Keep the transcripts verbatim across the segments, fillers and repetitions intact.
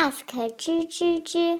ask 吱吱吱。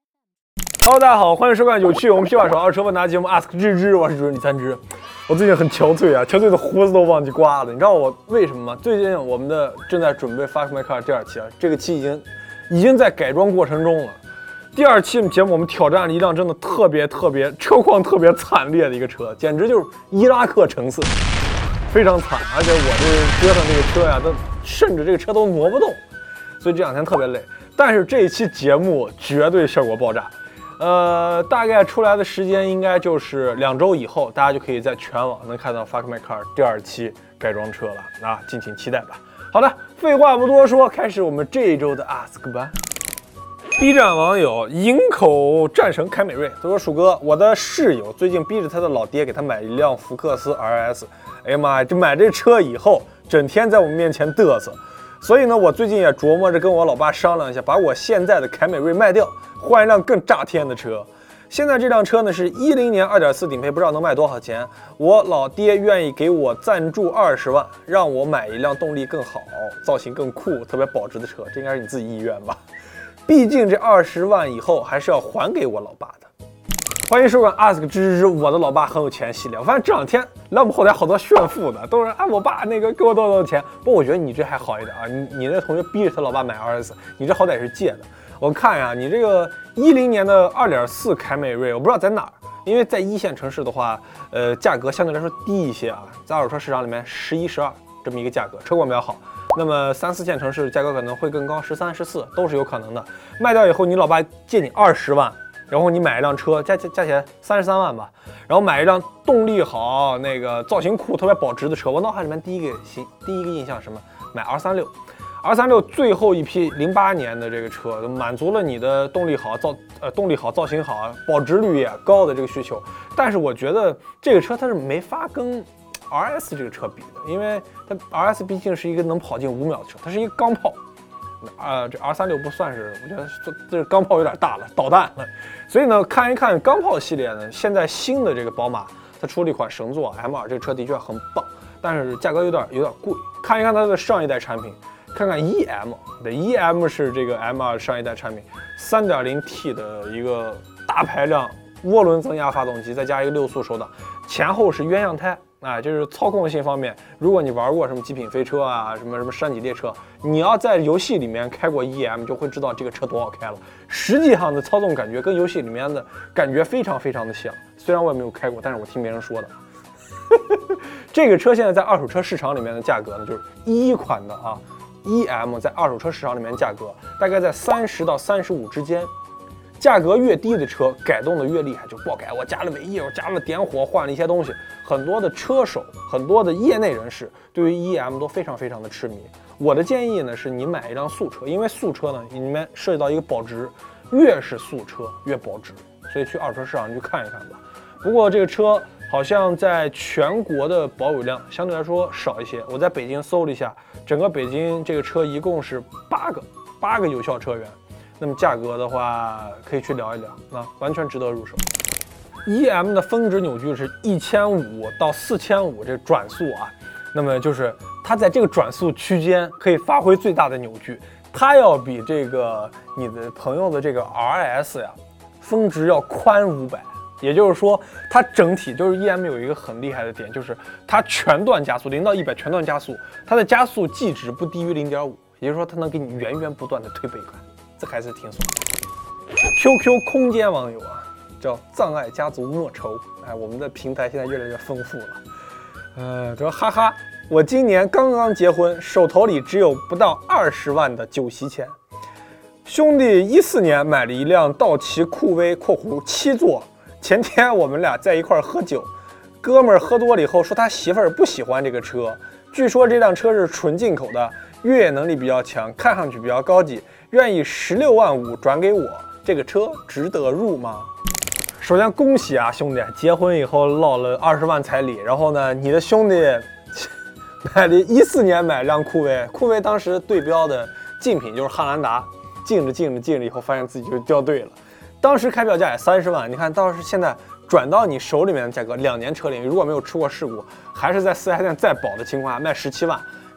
Hello， 大家好，欢迎收看有趣我们屁话少二车问答节目 Ask 吱吱，我是主持人李三枝。我最近很憔悴啊，憔悴的胡子都忘记刮了。你知道我为什么吗？最近我们的正在准备 Fuck My Car 第二期啊，这个期已经已经在改装过程中了。第二期节目我们挑战了一辆真的特别特别车况特别惨烈的一个车，简直就是伊拉克橙色，非常惨。而且我这折腾这个车呀，都甚至这个车都挪不动，所以这两天特别累。但是这一期节目绝对效果爆炸。呃，大概出来的时间应该就是两周以后，大家就可以在全网能看到 Fuck My Car 第二期改装车了啊，敬请期待吧。好的，废话不多说，开始我们这一周的 Ask 吧。B 站网友营口战神凯美瑞他说：“鼠哥，我的室友最近逼着他的老爹给他买一辆福克斯 R S， 哎呀妈呀，这买这车以后，整天在我们面前嘚瑟。所以呢，我最近也琢磨着跟我老爸商量一下，把我现在的凯美瑞卖掉，换一辆更炸天的车。现在这辆车呢是一零年 二点四 顶配，不知道能卖多少钱。我老爹愿意给我赞助二十万，让我买一辆动力更好、造型更酷、特别保值的车。这应该是你自己意愿吧？毕竟这二十万以后还是要还给我老爸的。”欢迎收看 Ask 吱吱吱，我的老爸很有钱系列。我发现这两天来我们后台好多炫富的，都是哎我爸那个给我多少多少钱。不过我觉得你这还好一点啊，你你那同学逼着他老爸买 R S， 你这好歹是借的。我看呀，你这个一零年的 二点四 凯美瑞，我不知道在哪儿，因为在一线城市的话，呃，价格相对来说低一些啊，在二手车市场里面十一、十二这么一个价格，车况比较好。那么三四线城市价格可能会更高，十三、十四都是有可能的。卖掉以后，你老爸借你二十万。然后你买一辆车，加加加起来三十三万吧，然后买一辆动力好、那个造型酷、特别保值的车。我脑海里面第一个新第一个印象什么？买 R 三六 ，R 三六最后一批零八年的这个车，满足了你的动力好、造呃动力好、造型好、保值率也高的这个需求。但是我觉得这个车它是没法跟 R S 这个车比的，因为它 R S 毕竟是一个能跑进五秒的车，它是一个钢炮。啊，这 R 三六不算是，我觉得这这钢炮有点大了，导弹了。所以呢，看一看钢炮系列呢，现在新的这个宝马，它出了一款神作 M 二，这个车的确很棒，但是价格有点有点贵。看一看它的上一代产品，看看 E M， 对 ，E M 是这个 M 二上一代产品， 三点零 T 的一个大排量涡轮增压发动机，再加一个六速手挡，前后是鸳鸯胎。啊，就是操控性方面，如果你玩过什么极品飞车啊，什么什么山脊列车，你要在游戏里面开过 E M， 就会知道这个车多好开了。实际上的操纵感觉跟游戏里面的感觉非常非常的像，虽然我也没有开过，但是我听别人说的。这个车现在在二手车市场里面的价格呢，就是一款的啊 E M 在二手车市场里面价格大概在三十到三十五之间。价格越低的车，改动的越厉害，就爆改。我加了尾翼，我加了点火，换了一些东西。很多的车手，很多的业内人士对于 E M 都非常非常的痴迷。我的建议呢，是你买一辆素车，因为素车呢里面涉及到一个保值，越是素车越保值，所以去二手车市场去看一看吧。不过这个车好像在全国的保有量相对来说少一些。我在北京搜了一下，整个北京这个车一共是八个八个有效车源。那么价格的话，可以去聊一聊，啊，完全值得入手。E M 的峰值扭矩是一千五到四千五这转速啊，那么就是它在这个转速区间可以发挥最大的扭矩，它要比这个你的朋友的这个 R S 呀，峰值要宽五百，也就是说它整体就是 E M 有一个很厉害的点，就是它全段加速，零到一百全段加速，它的加速计值不低于 零点五，也就是说它能给你源源不断的推背感。这还是挺爽的。Q Q 空间网友啊，叫藏爱家族莫愁，哎，我们的平台现在越来越丰富了。呃，说哈哈，我今年刚刚结婚，手头里只有不到二十万的酒席钱。兄弟一四年买了一辆道奇酷威（括弧七座），前天我们俩在一块喝酒，哥们儿喝多了以后说他媳妇儿不喜欢这个车，据说这辆车是纯进口的，越野能力比较强，看上去比较高级。愿意十六万五转给我，这个车值得入吗？首先恭喜啊，兄弟，结婚以后落了二十万彩礼，然后呢，你的兄弟买了一四年买辆酷威，酷威当时对标的竞品就是汉兰达，竞着竞着竞着以后，发现自己就掉队了。当时开票价也三十万，你看倒是现在转到你手里面的价格，两年车龄如果没有出过事故，还是在四 S 店再保的情况下卖十七万。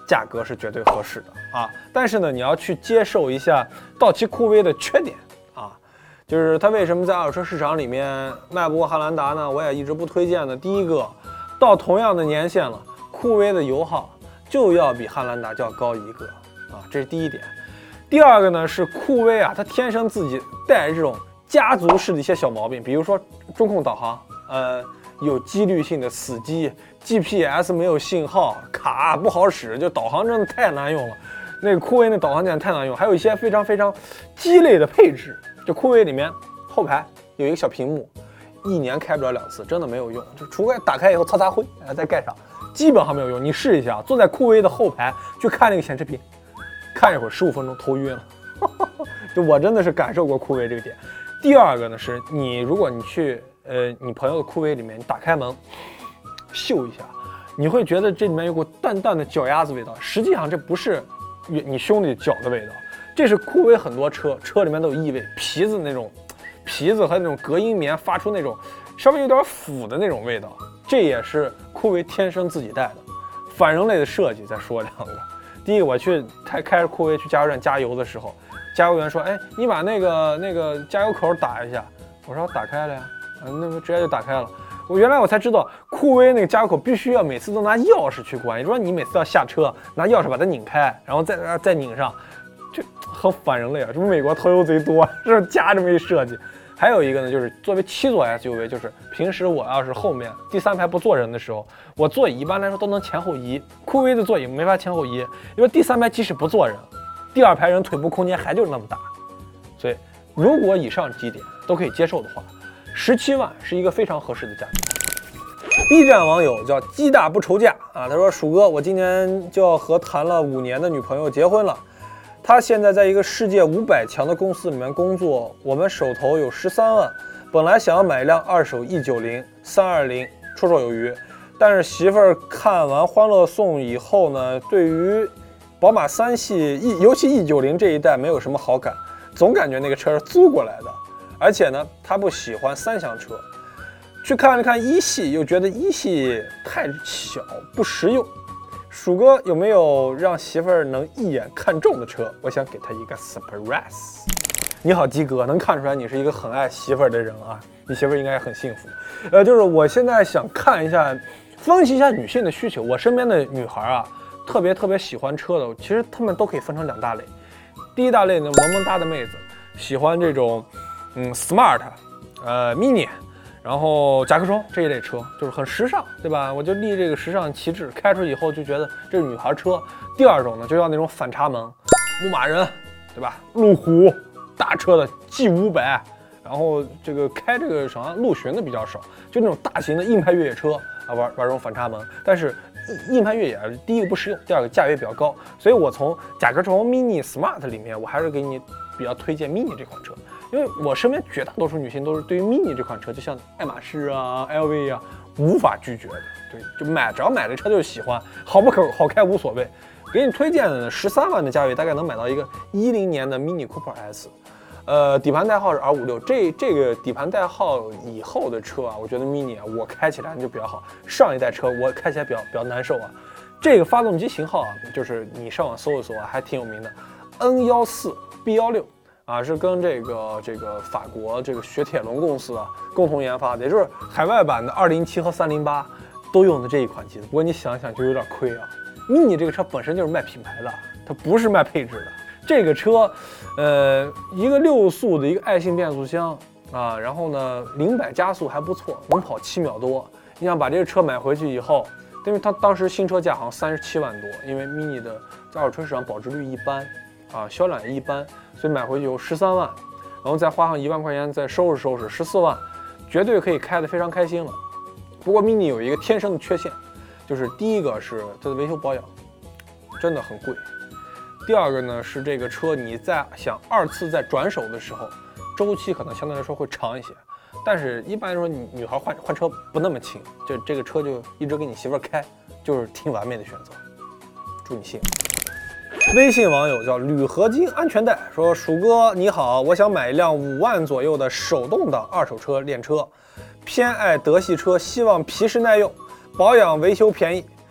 价格是绝对合适的啊。但是呢，你要去接受一下道奇酷威的缺点啊，就是它为什么在二手车市场里面卖不过汉兰达呢？我也一直不推荐的。第一个，到同样的年限了，酷威的油耗就要比汉兰达就要高一个啊，这是第一点。第二个呢是酷威啊，它天生自己带这种家族式的一些小毛病，比如说中控导航，呃，有几率性的死机 ，G P S 没有信号，卡不好使，就导航真的太难用了。那个酷威那导航键太难用，还有一些非常非常鸡肋的配置。就酷威里面后排有一个小屏幕，一年开不了两次，真的没有用，就除非打开以后擦擦灰，哎，再盖上，基本上没有用。你试一下，坐在酷威的后排去看那个显示屏，看一会儿十五分钟头晕了。就我真的是感受过酷威这个点。第二个呢是你如果你去呃你朋友的酷威里面，你打开门嗅一下，你会觉得这里面有股淡淡的脚丫子味道，实际上这不是你兄弟脚的味道，这是酷威很多车车里面都有异味，皮子那种皮子和那种隔音棉发出那种稍微有点腐的那种味道，这也是酷威天生自己带的。反人类的设计再说两个，第一个我去开开着酷威去加油站加油的时候，加油员说，哎，你把那个那个加油口打一下，我说打开了呀，嗯，那个直接就打开了。我原来我才知道酷威那个加油口必须要每次都拿钥匙去关，也就是说你每次要下车拿钥匙把它拧开，然后再再拧上，就很反人类啊！这不美国偷油贼多，是加这么一设计。还有一个呢，就是作为七座 S U V， 就是平时我要是后面第三排不坐人的时候，我座椅一般来说都能前后移，酷威的座椅没法前后移，因为第三排即使不坐人，第二排人腿部空间还就是那么大，所以如果以上几点都可以接受的话，十七万是一个非常合适的价格。B 站网友叫鸡大不愁嫁啊，他说：“鼠哥，我今年就要和谈了五年的女朋友结婚了。他现在在一个世界五百强的公司里面工作，我们手头有十三万，本来想要买一辆二手 E 九零、三二零绰绰有余，但是媳妇儿看完《欢乐颂》以后呢，对于宝马三系 E， 尤其 E 九零这一代没有什么好感，总感觉那个车是租过来的，而且呢，他不喜欢三厢车，去看了看一系，又觉得一系太小不实用。”鼠哥有没有让媳妇儿能一眼看中的车？我想给她一个 surprise。你好，鸡哥，能看出来你是一个很爱媳妇儿的人啊，你媳妇儿应该也很幸福。呃，就是我现在想看一下，分析一下女性的需求。我身边的女孩啊，特别特别喜欢车的，其实她们都可以分成两大类。第一大类呢，萌萌哒的妹子，喜欢这种嗯 smart， 呃 mini。然后甲壳虫这一类车就是很时尚，对吧？我就立这个时尚旗帜，开出以后就觉得这是女孩车。第二种呢，就要那种反差萌，牧马人，对吧？路虎大车的 G 五百，然后这个开这个什么陆巡的比较少，就那种大型的硬派越野车啊，玩玩这种反差萌。但是硬派越野，第一个不实用，第二个价位比较高，所以我从甲壳虫 Mini Smart 里面，我还是给你比较推荐 Mini 这款车。因为我身边绝大多数女性都是对于 mini 这款车，就像爱马仕啊、L V 啊，无法拒绝的。对，就买，只要买这车就是喜欢，好不可好开无所谓。给你推荐的呢，十三万的价位大概能买到一个一零年的 Mini Cooper S， 呃，底盘代号是 R 五六。这这个底盘代号以后的车啊，我觉得 Mini 啊，我开起来就比较好。上一代车我开起来比较比较难受啊。这个发动机型号啊，就是你上网搜一搜啊，还挺有名的 ，N 一四 B 一六。啊，是跟这个这个法国这个雪铁龙公司啊共同研发的，也就是海外版的二零七和三零八都用的这一款机子。不过你想想就有点亏啊 ，mini 这个车本身就是卖品牌的，它不是卖配置的。这个车，呃，一个六速的一个爱信变速箱啊，然后呢零百加速还不错，能跑七秒多。你想把这个车买回去以后，因为它当时新车价好像三十七万多，因为 mini 的在二手车市场保值率一般。啊，销量也一般，所以买回去有十三万，然后再花上一万块钱再收拾收拾，十四万，绝对可以开得非常开心了。不过 mini 有一个天生的缺陷，就是第一个是它的维修保养真的很贵，第二个呢是这个车你在想二次再转手的时候，周期可能相对来说会长一些。但是一般来说，你女孩换换车不那么轻，就这个车就一直给你媳妇儿开，就是挺完美的选择。祝你幸福。微信网友叫铝合金安全带说：“鼠哥你好，我想买一辆五万左右的手动的二手车练车，偏爱德系车，希望皮实耐用，保养维修便宜。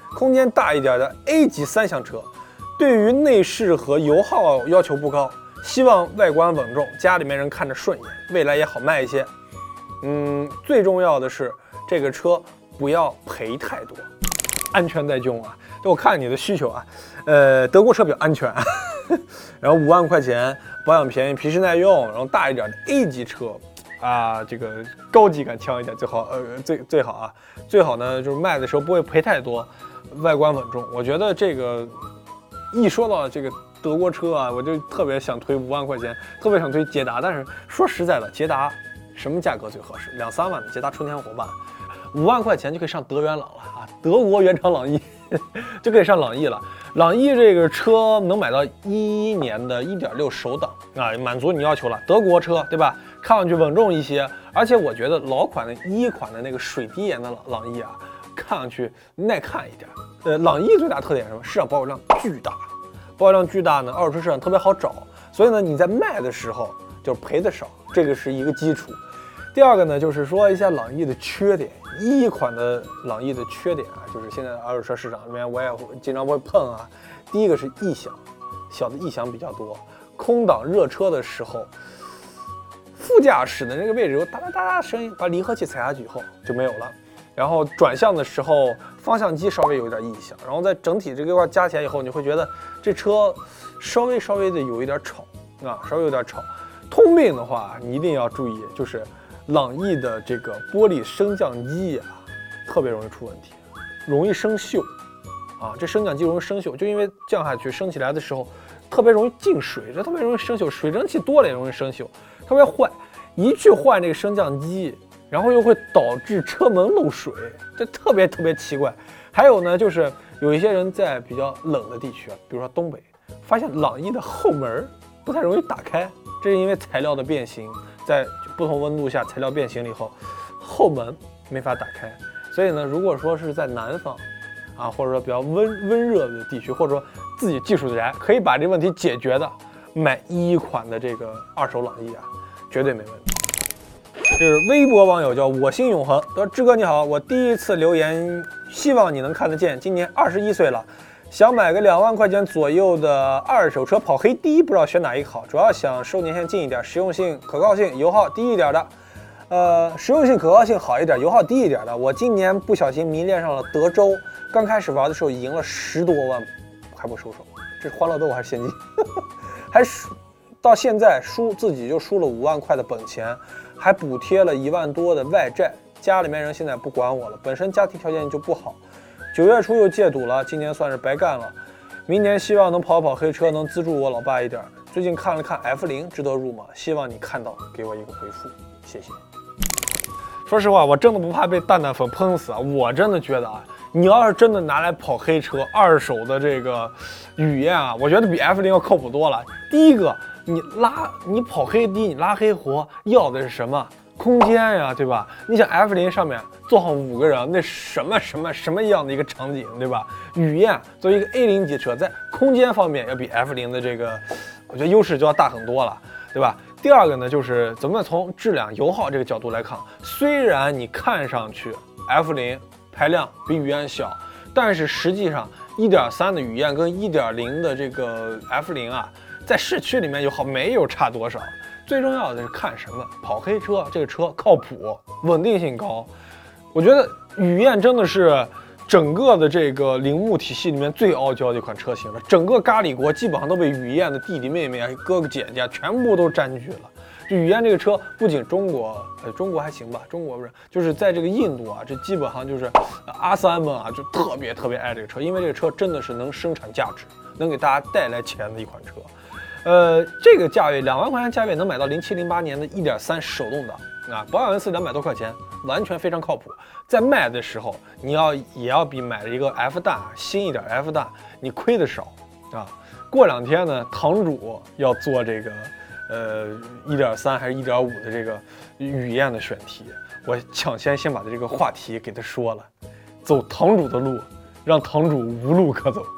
空间大一点的 A 级三厢车，对于内饰和油耗要求不高，希望外观稳重，家里面人看着顺眼，未来也好卖一些。嗯，最重要的是这个车不要赔太多，安全在胸啊！就我看你的需求啊，呃，德国车比较安全，然后五万块钱保养便宜，皮实耐用，然后大一点的 A 级车。啊，这个高级感强一点最好，呃，最最好啊，最好呢就是卖的时候不会赔太多，外观稳重。我觉得这个一说到这个德国车啊，我就特别想推五万块钱，特别想推捷达。但是说实在的，捷达什么价格最合适？两三万的捷达纯天活吧，五万块钱就可以上德元朗了啊，德国原厂朗逸就可以上朗逸了。朗逸这个车能买到一一年的 一点六 手挡啊，满足你要求了。德国车对吧？看上去稳重一些，而且我觉得老款的一款的那个水滴眼的朗朗逸啊，看上去耐看一点。呃，朗逸最大特点是什么？市场保有量巨大，保有量巨大呢，二手车市场特别好找，所以呢，你在卖的时候就是赔的少，这个是一个基础。第二个呢，就是说一下朗逸的缺点。一款的朗逸的缺点啊，就是现在二手车市场里面我也会经常会碰啊。第一个是异响，小的异响比较多，空挡热车的时候。副驾驶的那个位置有哒哒哒哒声音，把离合器踩下去以后就没有了。然后转向的时候，方向机稍微有一点异响。然后在整体这个块加起来以后，你会觉得这车稍微稍微的有一点吵啊，稍微有点吵。通病的话，你一定要注意，就是朗逸的这个玻璃升降机啊，特别容易出问题，容易生锈啊。这升降机容易生锈，就因为降下去升起来的时候特别容易进水，这特别容易生锈，水蒸气多了也容易生锈。特别坏，一去换这个升降机，然后又会导致车门漏水，这特别特别奇怪。还有呢，就是有一些人在比较冷的地区，比如说东北，发现朗逸的后门不太容易打开，这是因为材料的变形，在不同温度下材料变形了以后，后门没法打开。所以呢，如果说是在南方啊，或者说比较温温热的地区，或者说自己技术宅可以把这问题解决的，买一款的这个二手朗逸啊。绝对没问题。这是微博网友叫我心永恒，他说：“志哥你好，我第一次留言，希望你能看得见。今年二十一岁了，想买个两万块钱左右的二手车跑黑的，不知道选哪一个好。主要想收年限近一点，实用性、可靠性、油耗低一点的。呃，实用性、可靠性好一点，油耗低一点的。我今年不小心迷恋上了德州，刚开始玩的时候赢了十多万，还不收手。这是欢乐豆还是现金？还是？”到现在输自己就输了五万块的本钱，还补贴了一万多的外债，家里面人现在不管我了，本身家庭条件就不好，九月初又戒赌了，今年算是白干了。明年希望能跑跑黑车，能资助我老爸一点。最近看了看 F 零，值得入吗？希望你看到给我一个回复，谢谢。说实话，我真的不怕被蛋蛋粉喷死啊！我真的觉得啊，你要是真的拿来跑黑车，二手的这个语言啊，我觉得比 F 零要靠谱多了。第一个。你拉你跑黑的，你拉黑活要的是什么空间呀，对吧？你想 F 零上面坐上五个人，那什么什么什么样的一个场景，对吧？雨燕作为一个 A 零级车，在空间方面要比 F 零的这个，我觉得优势就要大很多了，对吧？第二个呢，就是咱们从质量、油耗这个角度来看，虽然你看上去 F 零排量比雨燕小，但是实际上 一点三 的雨燕跟 一点零 的这个 F 零啊。在市区里面油耗没有差多少，最重要的是看什么？跑黑车，这个车靠谱，稳定性高。我觉得雨燕真的是整个的这个铃木体系里面最傲娇的一款车型了。整个咖喱国基本上都被雨燕的弟弟妹妹啊、哥哥姐姐全部都占据了。就雨燕这个车，不仅中国，呃，中国还行吧，中国不是，就是在这个印度啊，这基本上就是阿三们啊，就特别特别爱这个车，因为这个车真的是能生产价值，能给大家带来钱的一款车。呃，这个价位两万块钱价位能买到零七零八年的 一点三 手动挡啊，保养一次两百多块钱，完全非常靠谱。在卖的时候，你要也要比买了一个 F 大新一点 F 大，你亏的少啊。过两天呢，堂主要做这个呃 一点三 还是 一点五 的这个雨燕的选题，我抢先先把这个话题给他说了，走堂主的路，让堂主无路可走。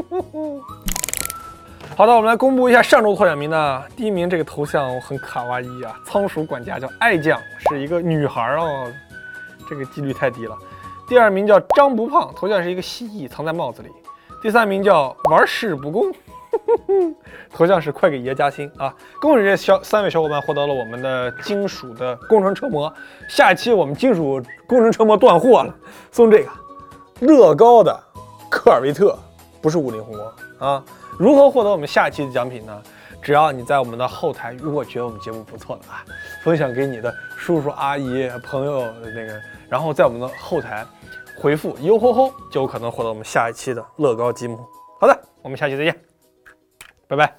好的，我们来公布一下上周获奖名单。第一名这个头像很卡哇伊啊，仓鼠管家叫爱酱，是一个女孩哦，这个几率太低了。 第二名叫张不胖，头像是一个蜥蜴藏在帽子里。第三名叫玩世不恭，头像是快给爷加薪啊！恭喜这小三位小伙伴获得了我们的金属的工程车模。下一期我们金属工程车模断货了，送这个乐高的科尔维特，不是五菱宏光啊！如何获得我们下期的奖品呢？只要你在我们的后台，如果觉得我们节目不错的啊，分享给你的叔叔阿姨朋友那个，然后在我们的后台回复哟吼吼，就有可能获得我们下一期的乐高积木。好的，我们下期再见，拜拜。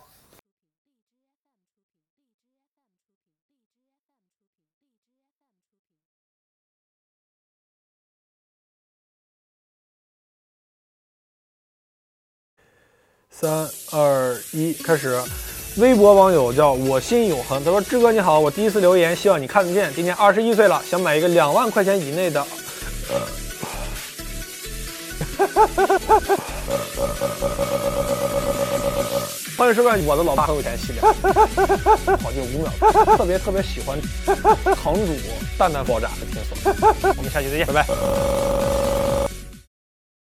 三二一，开始。微博网友叫我心永恒，他说：“志哥你好，我第一次留言，希望你看得见。今年二十一岁了，想买一个两万块钱以内的。”欢迎收看我的老爸很有钱系列，跑进五秒，特别特别喜欢堂主蛋蛋爆炸的听说。我们下期再见，拜拜。